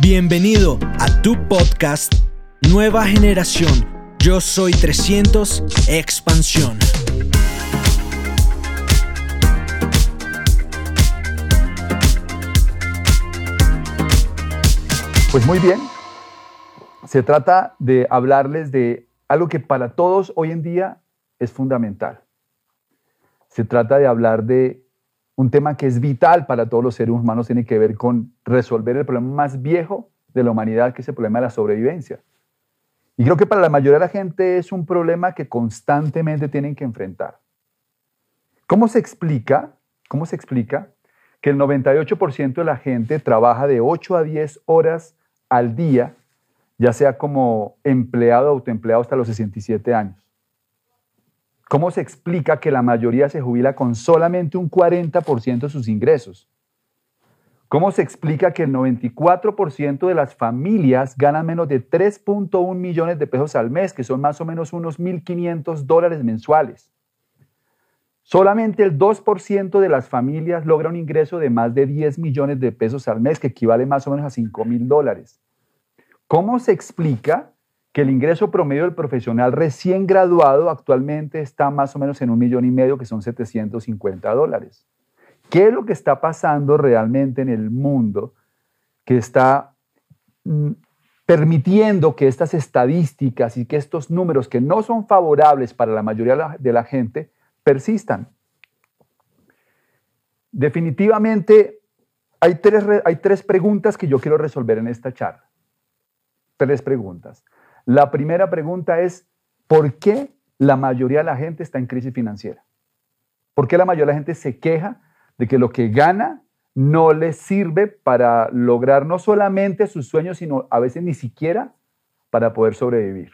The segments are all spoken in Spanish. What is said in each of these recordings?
Bienvenido a tu podcast Nueva Generación. Yo soy 300 Expansión. Pues muy bien, se trata de hablarles de algo que para todos hoy en día es fundamental. Se trata de hablar de un tema que es vital para todos los seres humanos, tiene que ver con resolver el problema más viejo de la humanidad, que es el problema de la sobrevivencia. Y creo que para la mayoría de la gente es un problema que constantemente tienen que enfrentar. ¿Cómo se explica que el 98% de la gente trabaja de 8 a 10 horas al día, ya sea como empleado o autoempleado hasta los 67 años? ¿Cómo se explica que la mayoría se jubila con solamente un 40% de sus ingresos? ¿Cómo se explica que el 94% de las familias ganan menos de 3.1 millones de pesos al mes, que son más o menos unos $1,500 mensuales? Solamente el 2% de las familias logra un ingreso de más de 10 millones de pesos al mes, que equivale más o menos a $5,000. ¿Cómo se explica que el ingreso promedio del profesional recién graduado actualmente está más o menos en $1,5 millones, que son $750? ¿Qué es lo que está pasando realmente en el mundo que está permitiendo que estas estadísticas y que estos números que no son favorables para la mayoría de la gente persistan? Definitivamente hay tres preguntas que yo quiero resolver en esta charla. Tres preguntas. La primera pregunta es, ¿por qué la mayoría de la gente está en crisis financiera? ¿Por qué la mayoría de la gente se queja de que lo que gana no les sirve para lograr no solamente sus sueños, sino a veces ni siquiera para poder sobrevivir?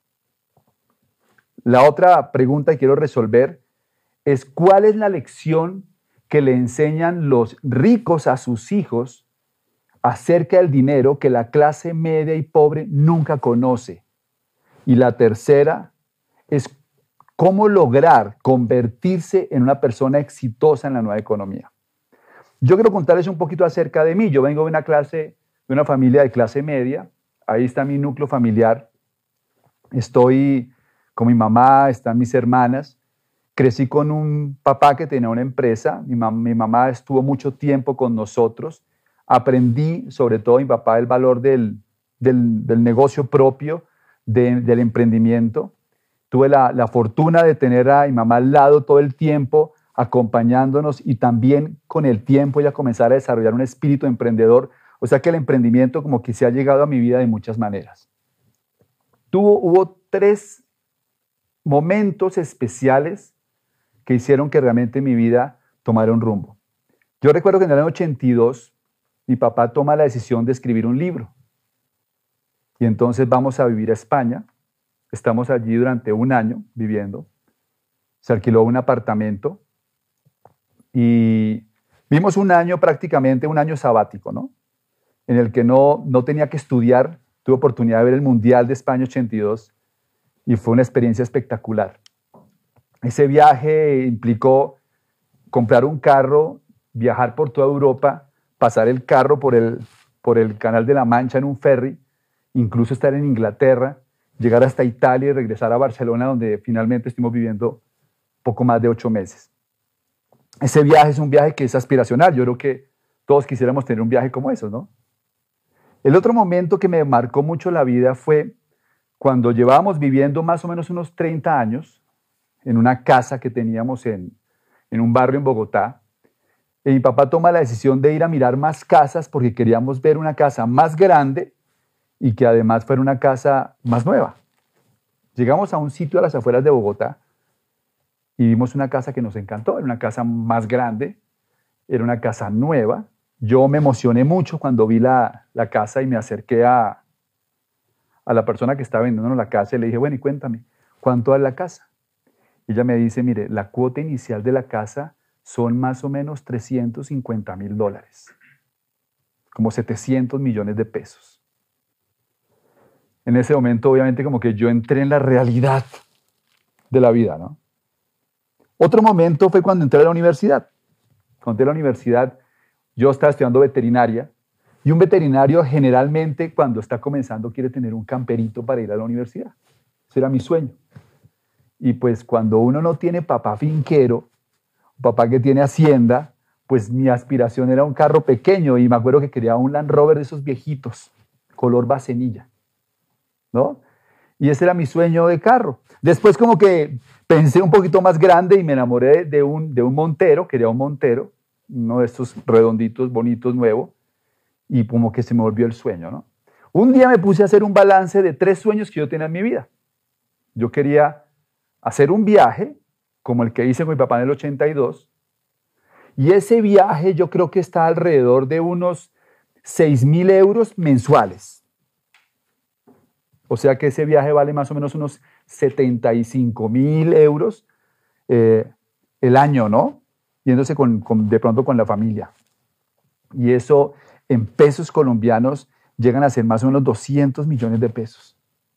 La otra pregunta que quiero resolver es, ¿cuál es la lección que le enseñan los ricos a sus hijos acerca del dinero que la clase media y pobre nunca conoce? Y la tercera es cómo lograr convertirse en una persona exitosa en la nueva economía. Yo quiero contarles un poquito acerca de mí. Yo vengo de una familia de clase media. Ahí está mi núcleo familiar. Estoy con mi mamá, están mis hermanas. Crecí con un papá que tenía una empresa. Mi mamá estuvo mucho tiempo con nosotros. Aprendí, sobre todo mi papá, el valor del negocio propio, del emprendimiento. Tuve la fortuna de tener a mi mamá al lado todo el tiempo, acompañándonos, y también con el tiempo ella comenzar a desarrollar un espíritu emprendedor. O sea que el emprendimiento como que se ha llegado a mi vida de muchas maneras. Hubo tres momentos especiales que hicieron que realmente mi vida tomara un rumbo. Yo recuerdo que en el año 82 mi papá toma la decisión de escribir un libro. Y entonces vamos a vivir a España. Estamos allí durante un año viviendo. Se alquiló un apartamento y vimos un año, prácticamente un año sabático, ¿no? En el que no tenía que estudiar. Tuve oportunidad de ver el Mundial de España 82 y fue una experiencia espectacular. Ese viaje implicó comprar un carro, viajar por toda Europa, pasar el carro por el Canal de la Mancha en un ferry, incluso estar en Inglaterra, llegar hasta Italia y regresar a Barcelona, donde finalmente estuvimos viviendo poco más de 8 meses. Ese viaje es un viaje que es aspiracional. Yo creo que todos quisiéramos tener un viaje como esos, ¿no? El otro momento que me marcó mucho la vida fue cuando llevábamos viviendo más o menos unos 30 años en una casa que teníamos en un barrio en Bogotá. Y mi papá toma la decisión de ir a mirar más casas porque queríamos ver una casa más grande y que además fuera una casa más nueva. Llegamos a un sitio a las afueras de Bogotá y vimos una casa que nos encantó. Era una casa más grande, era una casa nueva. Yo me emocioné mucho cuando vi la casa y me acerqué a la persona que estaba vendiéndonos la casa y le dije, bueno, y cuéntame, ¿cuánto es la casa? Y ella me dice, mire, la cuota inicial de la casa son más o menos $350,000, como 700 millones de pesos. En ese momento, obviamente, como que yo entré en la realidad de la vida, ¿no? Otro momento fue cuando entré a la universidad. Cuando entré a la universidad, yo estaba estudiando veterinaria Y un veterinario generalmente cuando está comenzando quiere tener un camperito para ir a la universidad. Ese era mi sueño. Y pues cuando uno no tiene papá finquero, papá que tiene hacienda, pues mi aspiración era un carro pequeño y me acuerdo que quería un Land Rover de esos viejitos, color bacenilla, ¿no? Y ese era mi sueño de carro. Después como que pensé un poquito más grande y me enamoré de un Montero, quería un Montero, uno de estos redonditos, bonitos, nuevo, y como que se me volvió el sueño, ¿no? Un día me puse a hacer un balance de 3 sueños que yo tenía en mi vida. Yo quería hacer un viaje, como el que hice con mi papá en el 82, y ese viaje yo creo que está alrededor de unos 6.000 euros mensuales. O sea que ese viaje vale más o menos unos 75.000 euros el año, ¿no? Yéndose de pronto con la familia. Y eso en pesos colombianos llegan a ser más o menos 200 millones de pesos.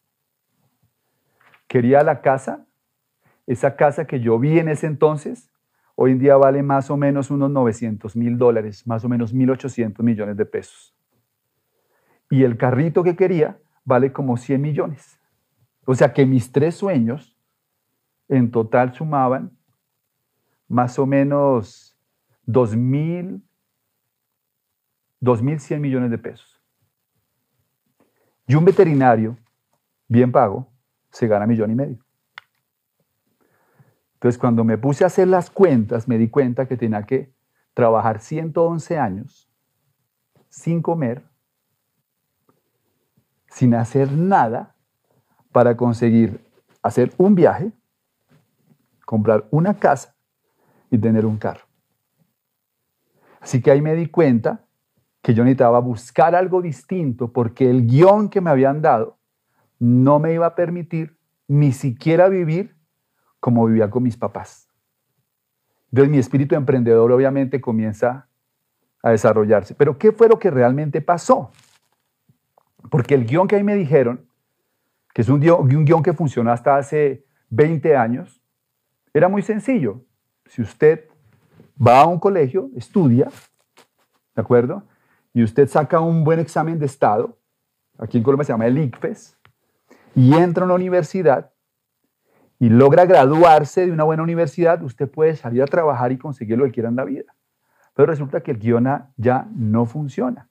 Quería la casa, esa casa que yo vi en ese entonces, hoy en día vale más o menos unos $900.000, más o menos 1.800 millones de pesos. Y el carrito que quería vale como 100 millones. O sea que mis 3 sueños en total sumaban más o menos 2.100 millones de pesos. Y un veterinario bien pago se gana 1,5 millones. Entonces, cuando me puse a hacer las cuentas, me di cuenta que tenía que trabajar 111 años sin comer, sin hacer nada, para conseguir hacer un viaje, comprar una casa y tener un carro. Así que ahí me di cuenta que yo necesitaba buscar algo distinto porque el guión que me habían dado no me iba a permitir ni siquiera vivir como vivía con mis papás. Entonces mi espíritu emprendedor obviamente comienza a desarrollarse. Pero ¿qué fue lo que realmente pasó? Porque el guión que ahí me dijeron, que es un guión que funcionó hasta hace 20 años, era muy sencillo. Si usted va a un colegio, estudia, ¿de acuerdo? Y usted saca un buen examen de estado, aquí en Colombia se llama el ICFES, y entra a una universidad y logra graduarse de una buena universidad, usted puede salir a trabajar y conseguir lo que quiera en la vida. Pero resulta que el guión ya no funciona.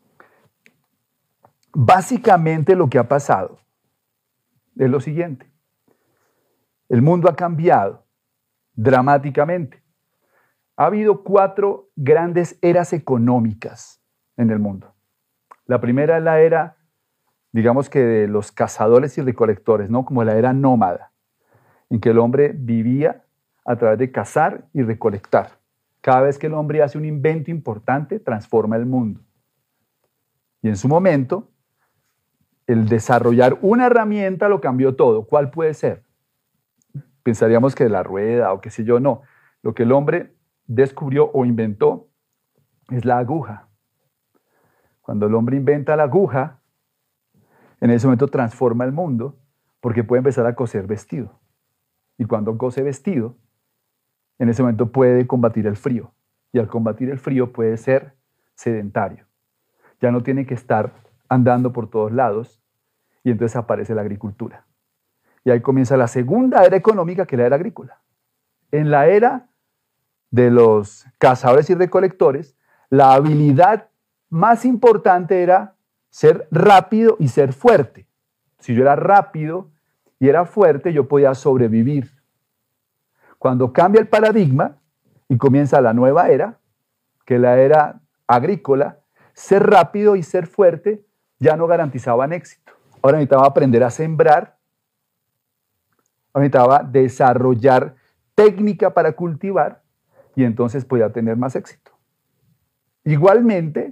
Básicamente lo que ha pasado es lo siguiente. El mundo ha cambiado dramáticamente. Ha habido 4 grandes eras económicas en el mundo. La primera es la era, digamos que de los cazadores y recolectores, ¿no? Como la era nómada, en que el hombre vivía a través de cazar y recolectar. Cada vez que el hombre hace un invento importante, transforma el mundo. Y en su momento, el desarrollar una herramienta lo cambió todo. ¿Cuál puede ser? Pensaríamos que la rueda o qué sé yo, no. Lo que el hombre descubrió o inventó es la aguja. Cuando el hombre inventa la aguja, en ese momento transforma el mundo porque puede empezar a coser vestido. Y cuando cose vestido, en ese momento puede combatir el frío. Y al combatir el frío puede ser sedentario. Ya no tiene que estar andando por todos lados y entonces aparece la agricultura. Y ahí comienza la segunda era económica, que es la era agrícola. En la era de los cazadores y recolectores, la habilidad más importante era ser rápido y ser fuerte. Si yo era rápido y era fuerte, yo podía sobrevivir. Cuando cambia el paradigma y comienza la nueva era, que es la era agrícola, ser rápido y ser fuerte ya no garantizaban éxito. Ahora necesitaba aprender a sembrar, ahora necesitaba desarrollar técnica para cultivar y entonces podía tener más éxito. Igualmente,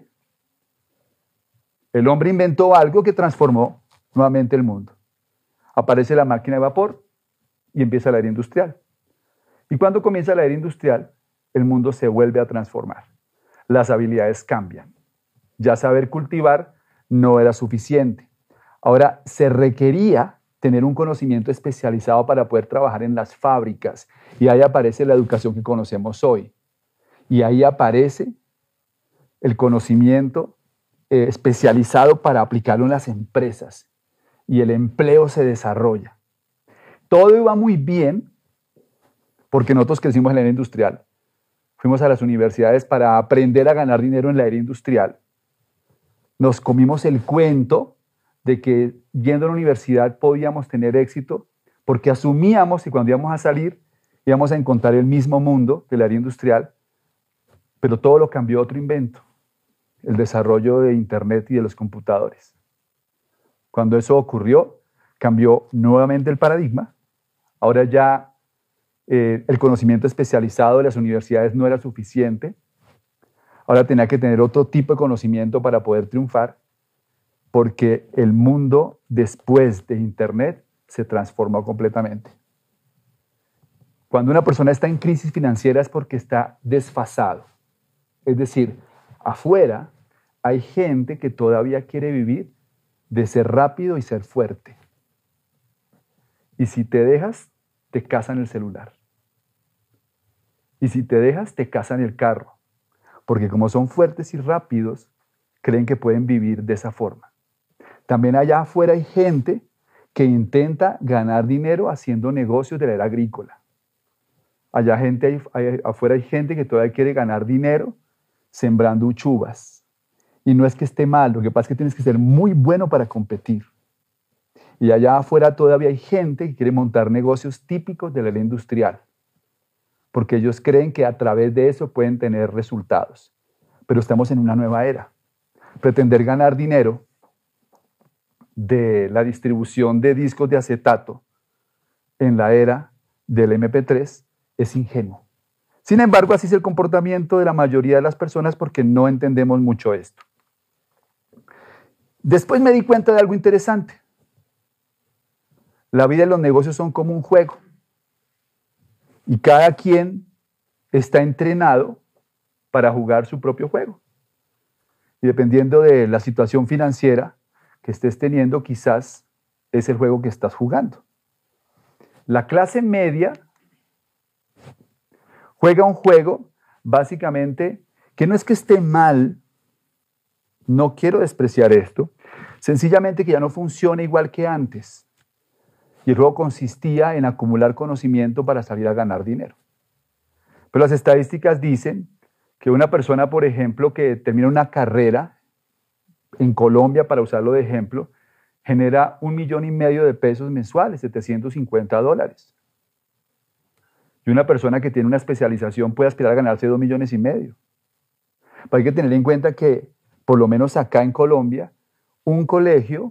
el hombre inventó algo que transformó nuevamente el mundo. Aparece la máquina de vapor y empieza la era industrial. Y cuando comienza la era industrial, el mundo se vuelve a transformar. Las habilidades cambian. Ya saber cultivar no era suficiente. Ahora se requería tener un conocimiento especializado para poder trabajar en las fábricas. Y ahí aparece la educación que conocemos hoy. Y ahí aparece el conocimiento especializado para aplicarlo en las empresas y el empleo se desarrolla. Todo iba muy bien porque nosotros crecimos en la era industrial. Fuimos a las universidades para aprender a ganar dinero en la era industrial. Nos comimos el cuento de que yendo a la universidad podíamos tener éxito porque asumíamos que cuando íbamos a salir íbamos a encontrar el mismo mundo de la era industrial, pero todo lo cambió otro invento, el desarrollo de Internet y de los computadores. Cuando eso ocurrió, cambió nuevamente el paradigma. Ahora ya el conocimiento especializado de las universidades no era suficiente. Ahora tenía que tener otro tipo de conocimiento para poder triunfar, porque el mundo después de Internet se transformó completamente. Cuando una persona está en crisis financiera es porque está desfasado. Es decir, afuera hay gente que todavía quiere vivir de ser rápido y ser fuerte. Y si te dejas, te casan el celular. Y si te dejas, te casan el carro. Porque como son fuertes y rápidos, creen que pueden vivir de esa forma. También allá afuera hay gente que intenta ganar dinero haciendo negocios de la era agrícola. Afuera hay gente que todavía quiere ganar dinero sembrando uchuvas. Y no es que esté mal, lo que pasa es que tienes que ser muy bueno para competir. Y allá afuera todavía hay gente que quiere montar negocios típicos de la era industrial, porque ellos creen que a través de eso pueden tener resultados. Pero estamos en una nueva era. Pretender ganar dinero de la distribución de discos de acetato en la era del MP3 es ingenuo. Sin embargo, así es el comportamiento de la mayoría de las personas porque no entendemos mucho esto. Después me di cuenta de algo interesante. La vida y los negocios son como un juego. Y cada quien está entrenado para jugar su propio juego. Y dependiendo de la situación financiera que estés teniendo, quizás es el juego que estás jugando. La clase media juega un juego, básicamente, que no es que esté mal, no quiero despreciar esto, sencillamente que ya no funciona igual que antes. Y el juego consistía en acumular conocimiento para salir a ganar dinero. Pero las estadísticas dicen que una persona, por ejemplo, que termina una carrera en Colombia, para usarlo de ejemplo, genera $1,5 millones de pesos mensuales, $750. Y una persona que tiene una especialización puede aspirar a ganarse $2,5 millones. Pero hay que tener en cuenta que, por lo menos acá en Colombia, un colegio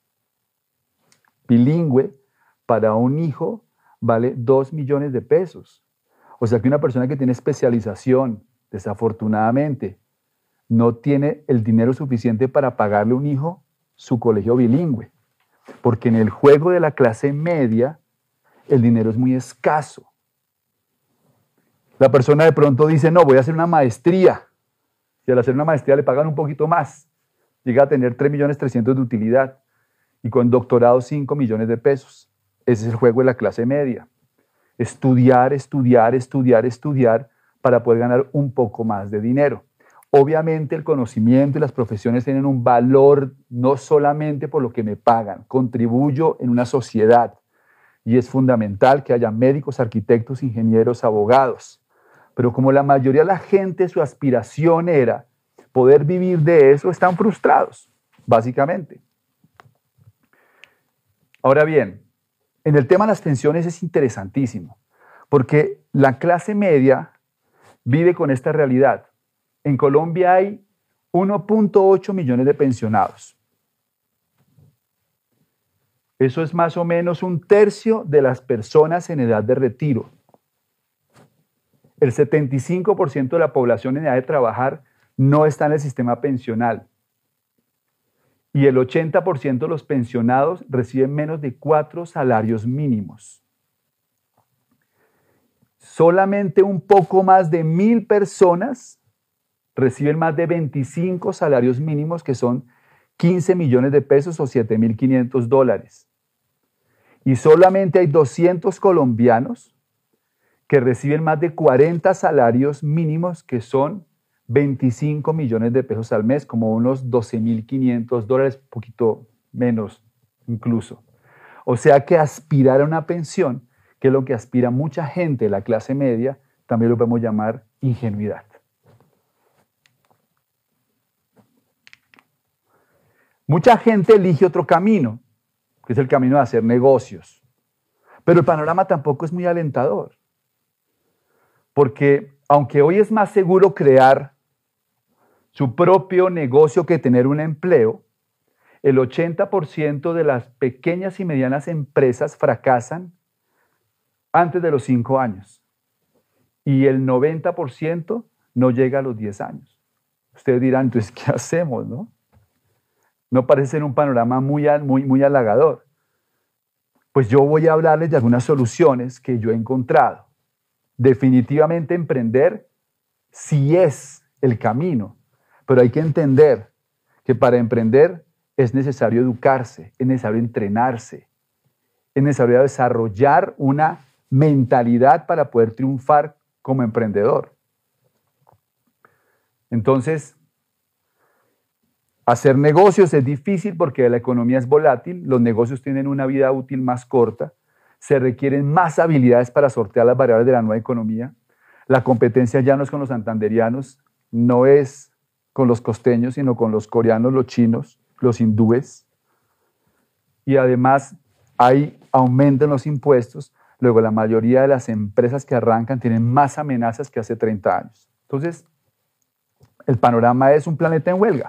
bilingüe para un hijo vale $2 millones de pesos. O sea que una persona que tiene especialización, desafortunadamente, no tiene el dinero suficiente para pagarle a un hijo su colegio bilingüe. Porque en el juego de la clase media, el dinero es muy escaso. La persona de pronto dice, no, voy a hacer una maestría. Y al hacer una maestría le pagan un poquito más. Llega a tener 3,300,000 de utilidad. Y con doctorado 5 millones de pesos. Ese es el juego de la clase media. Estudiar, estudiar, estudiar, estudiar para poder ganar un poco más de dinero. Obviamente el conocimiento y las profesiones tienen un valor no solamente por lo que me pagan. Contribuyo en una sociedad. Y es fundamental que haya médicos, arquitectos, ingenieros, abogados. Pero como la mayoría de la gente, su aspiración era poder vivir de eso, están frustrados, básicamente. Ahora bien, en el tema de las pensiones es interesantísimo, porque la clase media vive con esta realidad. En Colombia hay 1,8 millones de pensionados. Eso es más o menos 1/3 de las personas en edad de retiro. El 75% de la población en edad de trabajar no está en el sistema pensional. Y el 80% de los pensionados reciben menos de 4 salarios mínimos. Solamente un poco más de 1,000 personas reciben más de 25 salarios mínimos, que son 15 millones de pesos o $7,500. Y solamente hay 200 colombianos que reciben más de 40 salarios mínimos, que son 25 millones de pesos al mes, como unos $12,500, poquito menos incluso. O sea que aspirar a una pensión, que es lo que aspira mucha gente de la clase media, también lo podemos llamar ingenuidad. Mucha gente elige otro camino, que es el camino de hacer negocios. Pero el panorama tampoco es muy alentador. Porque aunque hoy es más seguro crear su propio negocio que tener un empleo, el 80% de las pequeñas y medianas empresas fracasan antes de los 5 años. Y el 90% no llega a los 10 años. Ustedes dirán, entonces, ¿qué hacemos, no? No parece ser un panorama muy halagador. Pues yo voy a hablarles de algunas soluciones que yo he encontrado. Definitivamente emprender sí es el camino, pero hay que entender que para emprender es necesario educarse, es necesario entrenarse, es necesario desarrollar una mentalidad para poder triunfar como emprendedor. Entonces, hacer negocios es difícil porque la economía es volátil, los negocios tienen una vida útil más corta, se requieren más habilidades para sortear las variables de la nueva economía. La competencia ya no es con los santanderianos, no es con los costeños, sino con los coreanos, los chinos, los hindúes. Y además aumentan los impuestos. Luego la mayoría de las empresas que arrancan tienen más amenazas que hace 30 años. Entonces, el panorama es un planeta en huelga.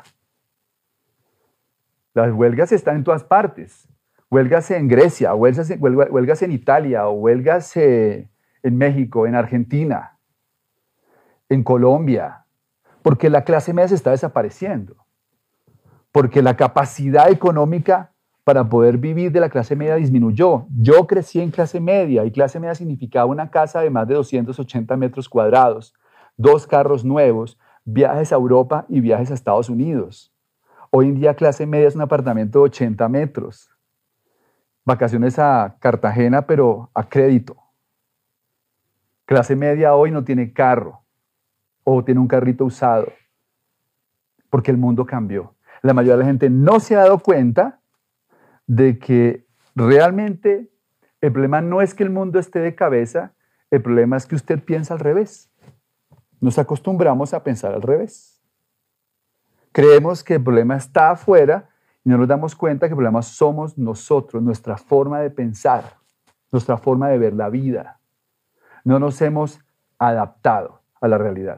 Las huelgas están en todas partes. Huelgas en Grecia, huelgas en Italia, o huelgas en México, en Argentina, en Colombia, porque la clase media se está desapareciendo, porque la capacidad económica para poder vivir de la clase media disminuyó. Yo crecí en clase media y clase media significaba una casa de más de 280 metros cuadrados, 2 carros nuevos, viajes a Europa y viajes a Estados Unidos. Hoy en día clase media es un apartamento de 80 metros. Vacaciones a Cartagena, pero a crédito. Clase media hoy no tiene carro o tiene un carrito usado porque el mundo cambió. La mayoría de la gente no se ha dado cuenta de que realmente el problema no es que el mundo esté de cabeza, el problema es que usted piensa al revés. Nos acostumbramos a pensar al revés. Creemos que el problema está afuera y no nos damos cuenta que el problema somos nosotros, nuestra forma de pensar, nuestra forma de ver la vida. No nos hemos adaptado a la realidad.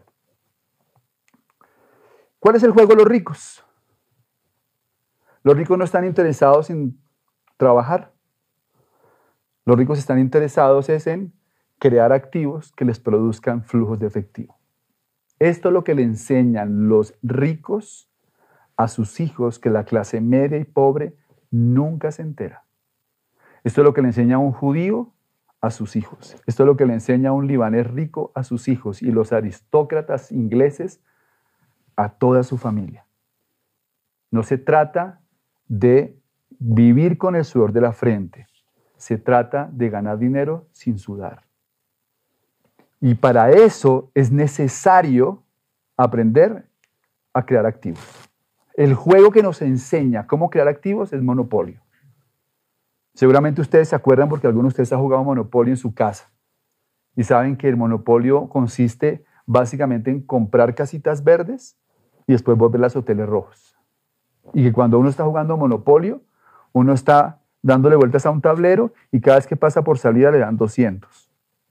¿Cuál es el juego de los ricos? Los ricos no están interesados en trabajar. Los ricos están interesados en crear activos que les produzcan flujos de efectivo. Esto es lo que le enseñan los ricos a sus hijos, que la clase media y pobre nunca se entera. Esto es lo que le enseña un judío a sus hijos. Esto es lo que le enseña un libanés rico a sus hijos y los aristócratas ingleses a toda su familia. No se trata de vivir con el sudor de la frente. Se trata de ganar dinero sin sudar. Y para eso es necesario aprender a crear activos. El juego que nos enseña cómo crear activos es Monopolio. Seguramente ustedes se acuerdan porque algunos de ustedes han jugado Monopolio en su casa y saben que el Monopolio consiste básicamente en comprar casitas verdes y después volverlas hoteles rojos. Y que cuando uno está jugando Monopolio, uno está dándole vueltas a un tablero y cada vez que pasa por salida le dan 200.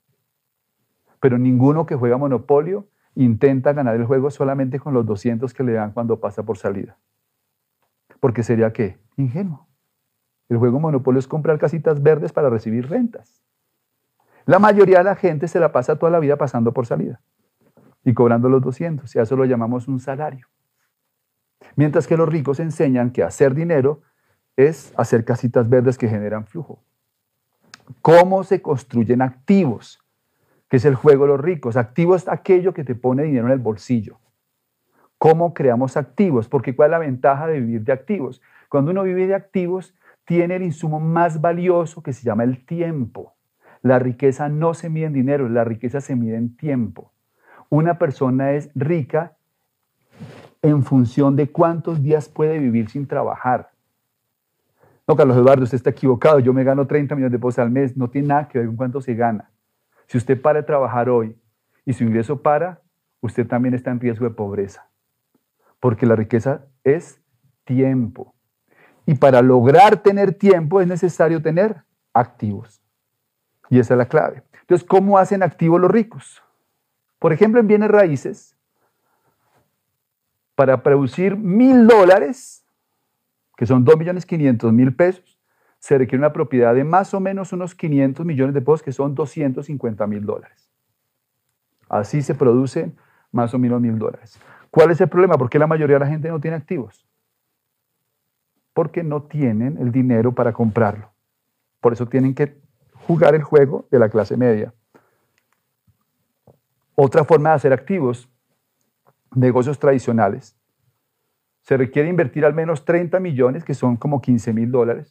Pero ninguno que juega Monopolio intenta ganar el juego solamente con los 200 que le dan cuando pasa por salida. Porque sería ¿qué? Ingenuo. El juego Monopolio es comprar casitas verdes para recibir rentas. La mayoría de la gente se la pasa toda la vida pasando por salida y cobrando los 200, y a eso lo llamamos un salario. Mientras que los ricos enseñan que hacer dinero es hacer casitas verdes que generan flujo. ¿Cómo se construyen activos? Que es el juego de los ricos. Activo es aquello que te pone dinero en el bolsillo. ¿Cómo creamos activos? Porque ¿cuál es la ventaja de vivir de activos? Cuando uno vive de activos, tiene el insumo más valioso que se llama el tiempo. La riqueza no se mide en dinero, la riqueza se mide en tiempo. Una persona es rica en función de cuántos días puede vivir sin trabajar. No, Carlos Eduardo, usted está equivocado. Yo me gano 30 millones de pesos al mes. No tiene nada que ver con cuánto se gana. Si usted para de trabajar hoy y su ingreso para, usted también está en riesgo de pobreza. Porque la riqueza es tiempo. Y para lograr tener tiempo es necesario tener activos. Y esa es la clave. Entonces, ¿cómo hacen activos los ricos? Por ejemplo, en bienes raíces, para producir $1,000, que son 2.500.000 pesos, se requiere una propiedad de más o menos unos 500 millones de pesos, que son $250.000. Así se producen más o menos $1,000. ¿Cuál es el problema? ¿Por qué la mayoría de la gente no tiene activos? Porque no tienen el dinero para comprarlo. Por eso tienen que jugar el juego de la clase media. Otra forma de hacer activos, negocios tradicionales, se requiere invertir al menos 30 millones, que son como $15.000,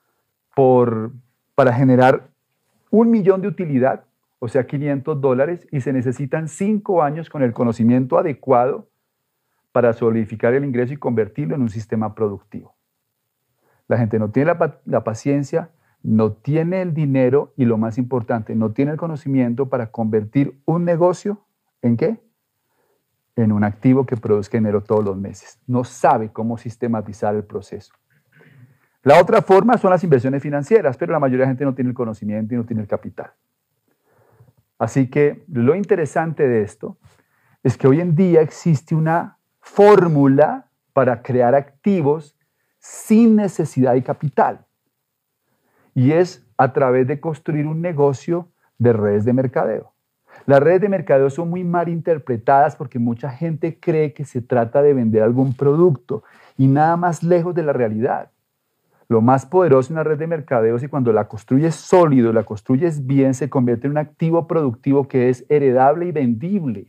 para generar 1.000.000 de utilidad, o sea, $500, y se necesitan 5 años con el conocimiento adecuado para solidificar el ingreso y convertirlo en un sistema productivo. La gente no tiene la paciencia, no tiene el dinero y, lo más importante, no tiene el conocimiento para convertir un negocio ¿en qué? En un activo que produzca dinero todos los meses. No sabe cómo sistematizar el proceso. La otra forma son las inversiones financieras, pero la mayoría de la gente no tiene el conocimiento y no tiene el capital. Así que lo interesante de esto es que hoy en día existe una fórmula para crear activos sin necesidad de capital. Y es a través de construir un negocio de redes de mercadeo. Las redes de mercadeo son muy mal interpretadas porque mucha gente cree que se trata de vender algún producto y nada más lejos de la realidad. Lo más poderoso en una red de mercadeo es que cuando la construyes sólido, la construyes bien, se convierte en un activo productivo que es heredable y vendible.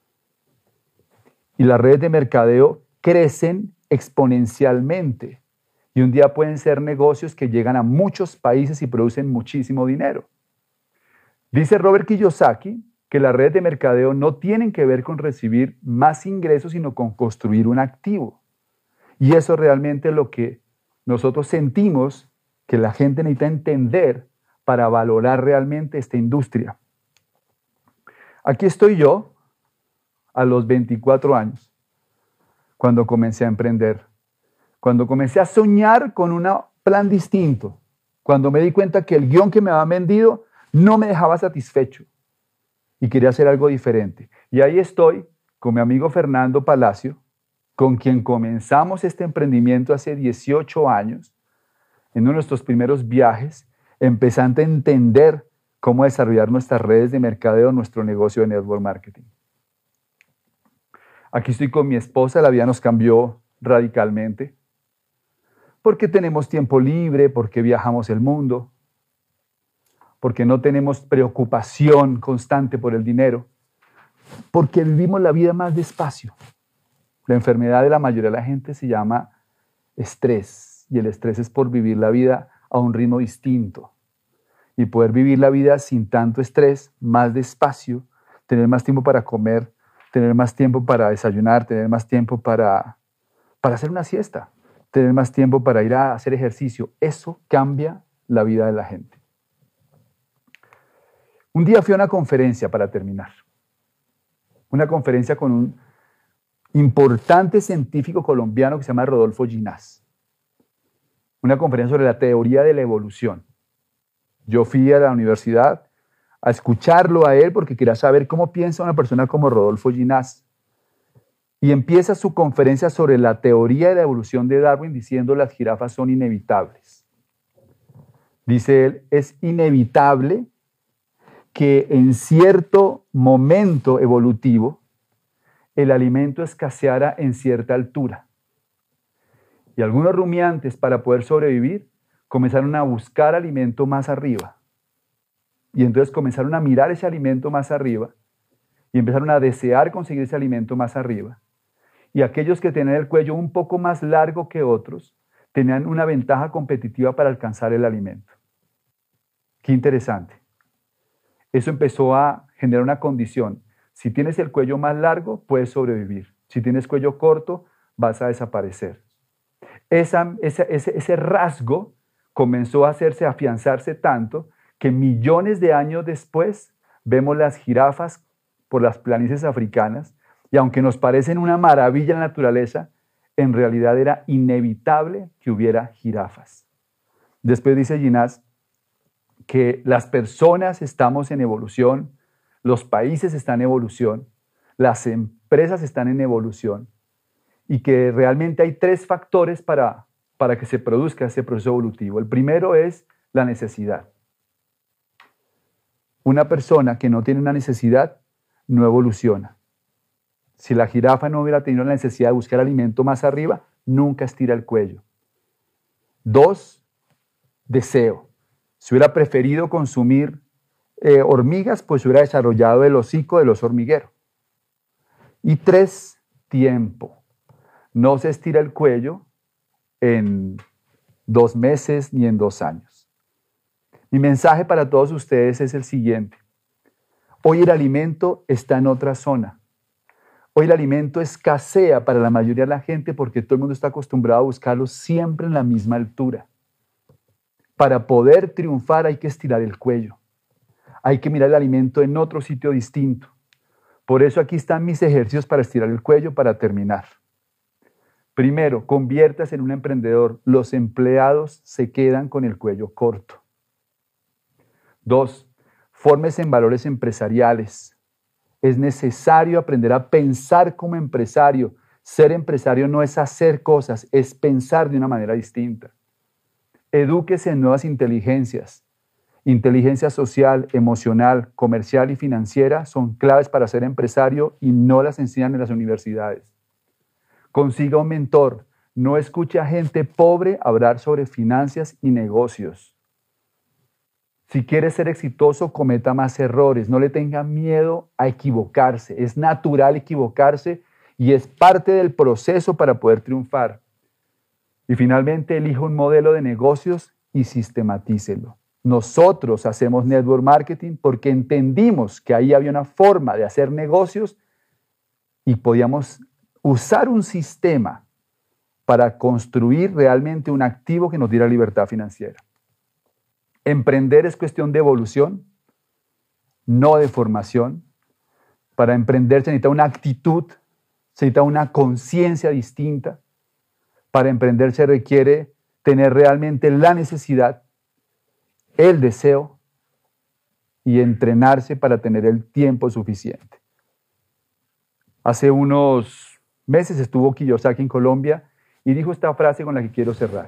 Y las redes de mercadeo crecen exponencialmente. Y un día pueden ser negocios que llegan a muchos países y producen muchísimo dinero. Dice Robert Kiyosaki que las redes de mercadeo no tienen que ver con recibir más ingresos, sino con construir un activo. Y eso realmente es lo que nosotros sentimos que la gente necesita entender para valorar realmente esta industria. Aquí estoy yo, a los 24 años, cuando comencé a emprender, cuando comencé a soñar con un plan distinto, cuando me di cuenta que el guión que me habían vendido no me dejaba satisfecho y quería hacer algo diferente. Y ahí estoy con mi amigo Fernando Palacio, con quien comenzamos este emprendimiento hace 18 años, en uno de nuestros primeros viajes, empezando a entender cómo desarrollar nuestras redes de mercadeo, nuestro negocio de network marketing. Aquí estoy con mi esposa, la vida nos cambió radicalmente, porque tenemos tiempo libre, porque viajamos el mundo, porque no tenemos preocupación constante por el dinero, porque vivimos la vida más despacio. La enfermedad de la mayoría de la gente se llama estrés, y el estrés es por vivir la vida a un ritmo distinto y poder vivir la vida sin tanto estrés, más despacio, tener más tiempo para comer, tener más tiempo para desayunar, tener más tiempo para hacer una siesta, tener más tiempo para ir a hacer ejercicio. Eso cambia la vida de la gente. Un día fui a una conferencia para terminar. Una conferencia con un importante científico colombiano que se llama Rodolfo Ginás. Una conferencia sobre la teoría de la evolución. Yo fui a la universidad a escucharlo a él porque quería saber cómo piensa una persona como Rodolfo Ginás. Y empieza su conferencia sobre la teoría de la evolución de Darwin diciendo las jirafas son inevitables. Dice él, es inevitable que en cierto momento evolutivo el alimento escaseara en cierta altura. Y algunos rumiantes, para poder sobrevivir, comenzaron a buscar alimento más arriba. Y entonces comenzaron a mirar ese alimento más arriba y empezaron a desear conseguir ese alimento más arriba. Y aquellos que tenían el cuello un poco más largo que otros tenían una ventaja competitiva para alcanzar el alimento. Qué interesante. Eso empezó a generar una condición. Si tienes el cuello más largo, puedes sobrevivir. Si tienes cuello corto, vas a desaparecer. Ese rasgo comenzó a afianzarse tanto que millones de años después vemos las jirafas por las planicies africanas y aunque nos parecen una maravilla en la naturaleza, en realidad era inevitable que hubiera jirafas. Después dice Ginás que las personas estamos en evolución, los países están en evolución, las empresas están en evolución y que realmente hay 3 factores para que se produzca ese proceso evolutivo. El primero es la necesidad. Una persona que no tiene una necesidad no evoluciona. Si la jirafa no hubiera tenido la necesidad de buscar alimento más arriba, nunca estira el cuello. 2, deseo. Si hubiera preferido consumir hormigas, pues hubiera desarrollado el hocico del oso hormiguero. Y 3, tiempo. No se estira el cuello en 2 meses ni en 2 años. Mi mensaje para todos ustedes es el siguiente. Hoy el alimento está en otra zona. Hoy el alimento escasea para la mayoría de la gente porque todo el mundo está acostumbrado a buscarlo siempre en la misma altura. Para poder triunfar hay que estirar el cuello. Hay que mirar el alimento en otro sitio distinto. Por eso aquí están mis ejercicios para estirar el cuello para terminar. Primero, conviértase en un emprendedor. Los empleados se quedan con el cuello corto. 2, fórmese en valores empresariales. Es necesario aprender a pensar como empresario. Ser empresario no es hacer cosas, es pensar de una manera distinta. Edúquese en nuevas inteligencias. Inteligencia social, emocional, comercial y financiera son claves para ser empresario y no las enseñan en las universidades. Consiga un mentor. No escuche a gente pobre hablar sobre finanzas y negocios. Si quiere ser exitoso, cometa más errores. No le tenga miedo a equivocarse. Es natural equivocarse y es parte del proceso para poder triunfar. Y finalmente, elija un modelo de negocios y sistematícelo. Nosotros hacemos network marketing porque entendimos que ahí había una forma de hacer negocios y podíamos usar un sistema para construir realmente un activo que nos diera libertad financiera. Emprender es cuestión de evolución, no de formación. Para emprender se necesita una actitud, se necesita una conciencia distinta. Para emprender se requiere tener realmente la necesidad, el deseo y entrenarse para tener el tiempo suficiente. Hace unos meses estuvo Kiyosaki en Colombia y dijo esta frase con la que quiero cerrar.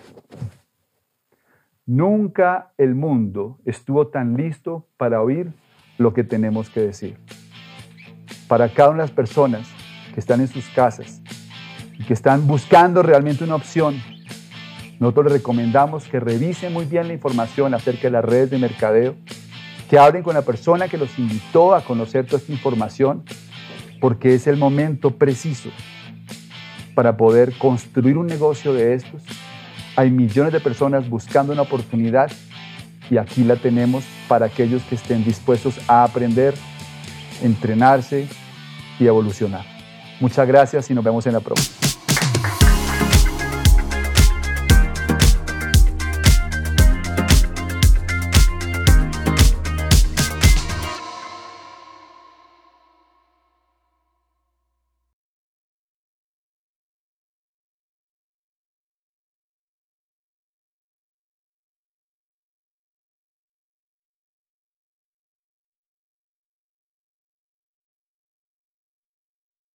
Nunca el mundo estuvo tan listo para oír lo que tenemos que decir. Para cada una de las personas que están en sus casas y que están buscando realmente una opción, nosotros les recomendamos que revisen muy bien la información acerca de las redes de mercadeo, que hablen con la persona que los invitó a conocer toda esta información, porque es el momento preciso para poder construir un negocio de estos. Hay millones de personas buscando una oportunidad y aquí la tenemos para aquellos que estén dispuestos a aprender, entrenarse y evolucionar. Muchas gracias y nos vemos en la próxima.